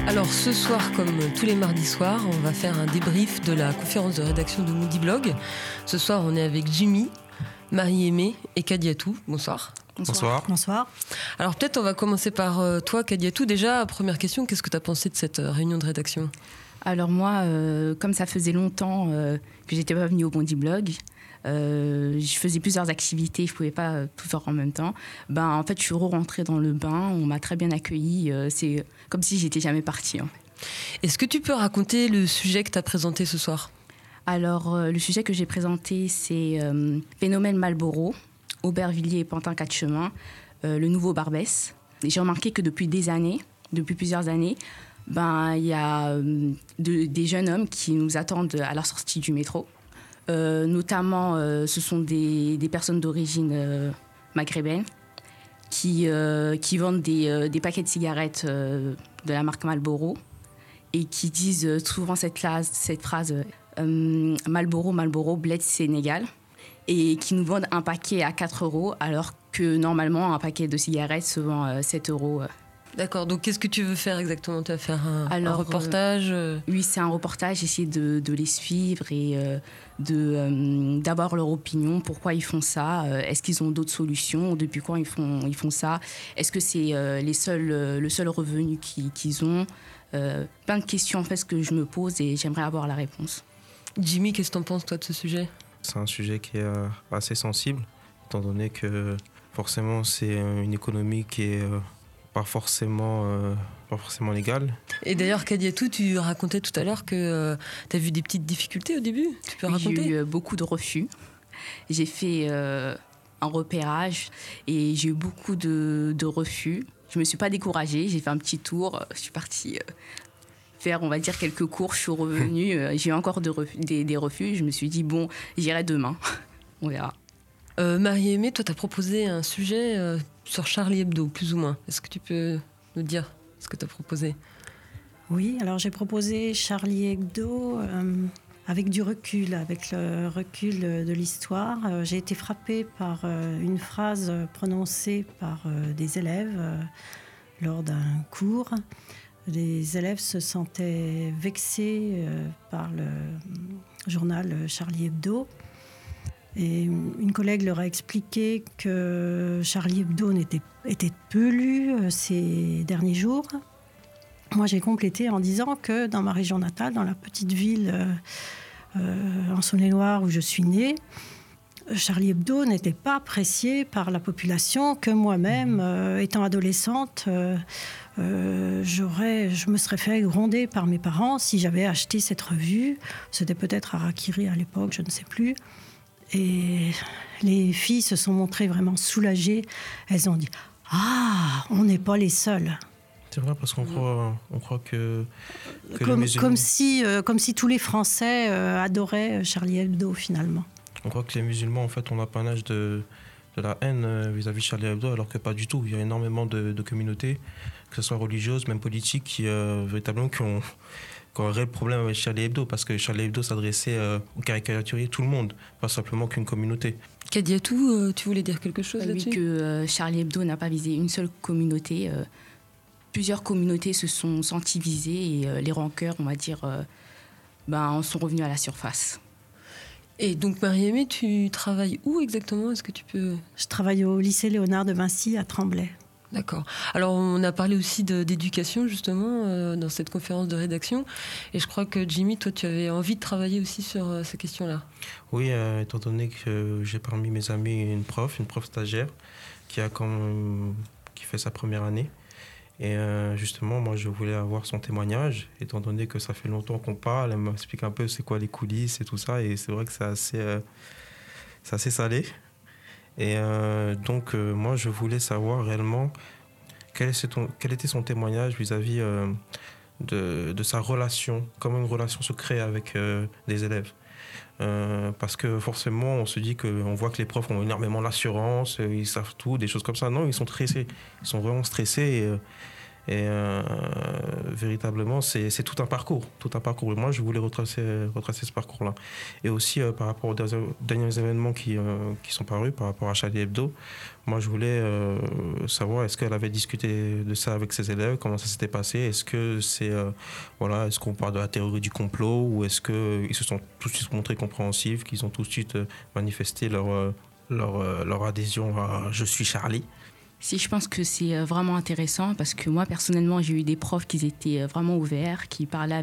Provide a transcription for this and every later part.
Alors ce soir, comme tous les mardis soirs, on va faire un débrief de la conférence de rédaction de Moody Blog. Ce soir, on est avec Jimmy, Marie-Aimée et Kadiatou. Bonsoir. Bonsoir. Bonsoir. Alors peut-être on va commencer par toi, Kadiatou. Déjà, première question, qu'est-ce que tu as pensé de cette réunion de rédaction ? Alors moi, comme ça faisait longtemps que j'étais pas venue au Moody Blog, je faisais plusieurs activités, je pouvais pas tout faire en même temps. En fait, je suis rentrée dans le bain, on m'a très bien accueillie. C'est comme si j'étais jamais partie. Est-ce que tu peux raconter le sujet que tu as présenté ce soir ? Alors, le sujet que j'ai présenté, c'est Phénomène Malboro, Aubervilliers et Pantin 4 chemins, le nouveau Barbès. Et j'ai remarqué que depuis plusieurs années, il y a des jeunes hommes qui nous attendent à la sortie du métro. Notamment, ce sont des personnes d'origine maghrébine qui vendent des paquets de cigarettes de la marque Marlboro et qui disent souvent cette phrase Marlboro, Marlboro, bled Sénégal, et qui nous vendent un paquet à 4 € alors que normalement un paquet de cigarettes se vend 7 €. D'accord, donc qu'est-ce que tu veux faire exactement ? Tu vas faire un reportage Oui, c'est un reportage, essayer de les suivre et d'avoir leur opinion, pourquoi ils font ça, est-ce qu'ils ont d'autres solutions, depuis quand ils font ça, est-ce que c'est le seul revenu qu'ils ont, plein de questions en fait que je me pose et j'aimerais avoir la réponse. Jimmy, qu'est-ce que t'en penses toi de ce sujet ? C'est un sujet qui est assez sensible, étant donné que forcément c'est une économie qui est pas forcément légale. Et d'ailleurs, Kadiatou, tu racontais tout à l'heure que tu as vu des petites difficultés au début. Tu peux raconter ? J'ai eu beaucoup de refus. J'ai fait un repérage et j'ai eu beaucoup de refus. Je me suis pas découragée, j'ai fait un petit tour, je suis partie faire, on va dire, quelques cours, je suis revenue, j'ai eu encore des refus, je me suis dit, bon, j'irai demain, on verra. Marie-Aimée, toi, tu as proposé un sujet sur Charlie Hebdo, plus ou moins. Est-ce que tu peux nous dire ce que tu as proposé ? Oui, alors j'ai proposé Charlie Hebdo avec du recul, avec le recul de l'histoire. J'ai été frappée par une phrase prononcée par des élèves lors d'un cours. Les élèves se sentaient vexés par le journal Charlie Hebdo. Et une collègue leur a expliqué que Charlie Hebdo était peu lu ces derniers jours. Moi, j'ai complété en disant que dans ma région natale, dans la petite ville en Saône-et-Loire où je suis née, Charlie Hebdo n'était pas apprécié par la population, que moi-même, étant adolescente, je me serais fait gronder par mes parents si j'avais acheté cette revue. C'était peut-être Harakiri à l'époque, je ne sais plus. Et les filles se sont montrées vraiment soulagées. Elles ont dit « Ah, on n'est pas les seuls ». C'est vrai, parce qu'on croit que comme si tous les Français adoraient Charlie Hebdo, finalement. On croit que les musulmans, en fait, ont l'apanage de la haine vis-à-vis de Charlie Hebdo, alors que pas du tout. Il y a énormément de communautés, que ce soit religieuses, même politiques, qui véritablement qui ont un réel problème avec Charlie Hebdo, parce que Charlie Hebdo s'adressait aux caricaturiers, tout le monde, pas simplement qu'une communauté. Kadiatou, tu voulais dire quelque chose là-dessus ? Oui, que Charlie Hebdo n'a pas visé une seule communauté. Plusieurs communautés se sont senties visées et les rancœurs, on va dire, sont revenus à la surface. Et donc, Marie-Aimée, tu travailles où exactement ? Est-ce que tu peux... Je travaille au lycée Léonard de Vinci à Tremblay. D'accord. Alors, on a parlé aussi d'éducation, justement, dans cette conférence de rédaction. Et je crois que, Jimmy, toi, tu avais envie de travailler aussi sur ces questions-là. Oui, étant donné que j'ai parmi mes amis une prof stagiaire, qui fait sa première année. Et justement, moi, je voulais avoir son témoignage, étant donné que ça fait longtemps qu'on parle. Elle m'explique un peu c'est quoi les coulisses et tout ça. Et c'est vrai que c'est assez salé. Et donc, moi, je voulais savoir réellement quel était son témoignage vis-à-vis de sa relation, comment une relation se crée avec des élèves. Parce que forcément, on se dit qu'on voit que les profs ont énormément d'assurance, ils savent tout, des choses comme ça. Non, ils sont stressés. Ils sont vraiment stressés Et véritablement, c'est tout un parcours. Et moi, je voulais retracer ce parcours-là. Et aussi, par rapport aux derniers événements qui sont parus, par rapport à Charlie Hebdo, moi, je voulais savoir, est-ce qu'elle avait discuté de ça avec ses élèves, comment ça s'était passé, est-ce que est-ce qu'on parle de la théorie du complot, ou est-ce qu'ils se sont tout de suite montrés compréhensifs, qu'ils ont tout de suite manifesté leur adhésion à « Je suis Charlie ». Si, je pense que c'est vraiment intéressant parce que moi, personnellement, j'ai eu des profs qui étaient vraiment ouverts, qui parlaient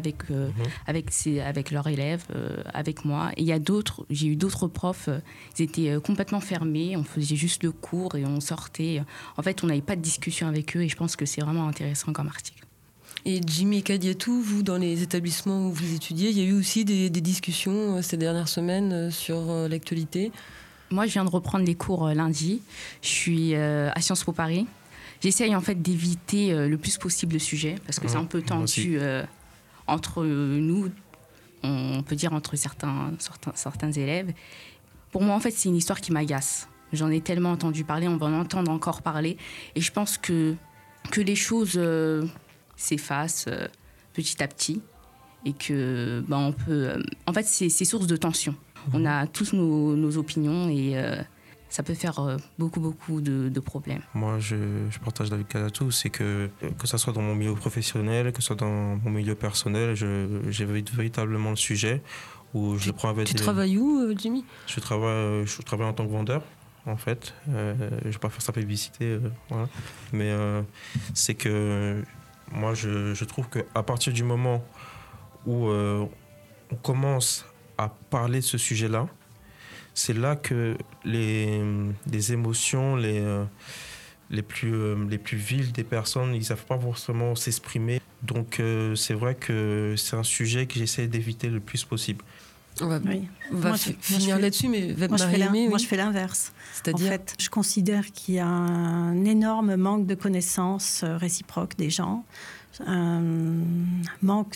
avec leurs élèves, avec moi. Et j'ai eu d'autres profs, ils étaient complètement fermés, on faisait juste le cours et on sortait. En fait, on n'avait pas de discussion avec eux et je pense que c'est vraiment intéressant comme article. Et Jimmy Kadiatou, vous, dans les établissements où vous étudiez, il y a eu aussi des discussions ces dernières semaines sur l'actualité ? Moi, je viens de reprendre les cours lundi. Je suis à Sciences Po Paris. J'essaye en fait d'éviter le plus possible le sujet parce que c'est un peu tendu entre nous, on peut dire entre certains élèves. Pour moi, en fait, c'est une histoire qui m'agace. J'en ai tellement entendu parler, on va en entendre encore parler. Et je pense que les choses s'effacent petit à petit et que on peut... en fait, c'est source de tension. On a tous nos opinions et ça peut faire beaucoup de problèmes. Moi, je partage l'avis de Kadiatou, c'est que ça soit dans mon milieu professionnel, que ce soit dans mon milieu personnel, j'évite véritablement le sujet. Où je prends avec tu travailles où, Jimmy ? Je travaille en tant que vendeur, en fait. Je ne vais pas faire sa publicité, voilà. Mais c'est que moi, je trouve qu'à partir du moment où on commence à parler de ce sujet-là, c'est là que les émotions les plus viles des personnes, ils ne savent pas forcément s'exprimer. Donc c'est vrai que c'est un sujet que j'essaie d'éviter le plus possible. On va finir là-dessus, mais moi je fais l'inverse. C'est-à-dire, en fait, je considère qu'il y a un énorme manque de connaissances réciproques des gens. Un manque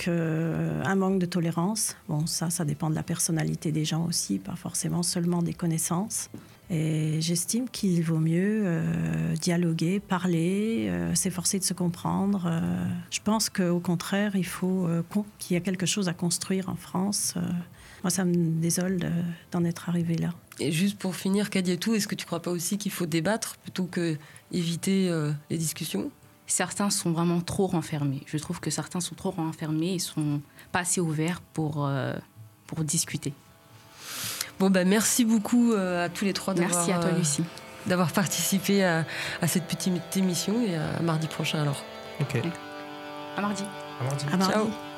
de tolérance. Bon, ça dépend de la personnalité des gens aussi, pas forcément seulement des connaissances. Et j'estime qu'il vaut mieux dialoguer, parler, s'efforcer de se comprendre. Je pense qu'au contraire, il faut qu'il y ait quelque chose à construire en France. Moi, ça me désole d'en être arrivé là. Et juste pour finir, Kadiatou, est-ce que tu ne crois pas aussi qu'il faut débattre plutôt qu'éviter les discussions ? Certains sont vraiment trop renfermés. Je trouve que certains sont trop renfermés et sont pas assez ouverts pour discuter. Bon, merci beaucoup à tous les trois Merci à toi, Lucie. D'avoir participé à cette petite émission et à mardi prochain alors. Ok. À mardi. À mardi. À mardi. Ciao.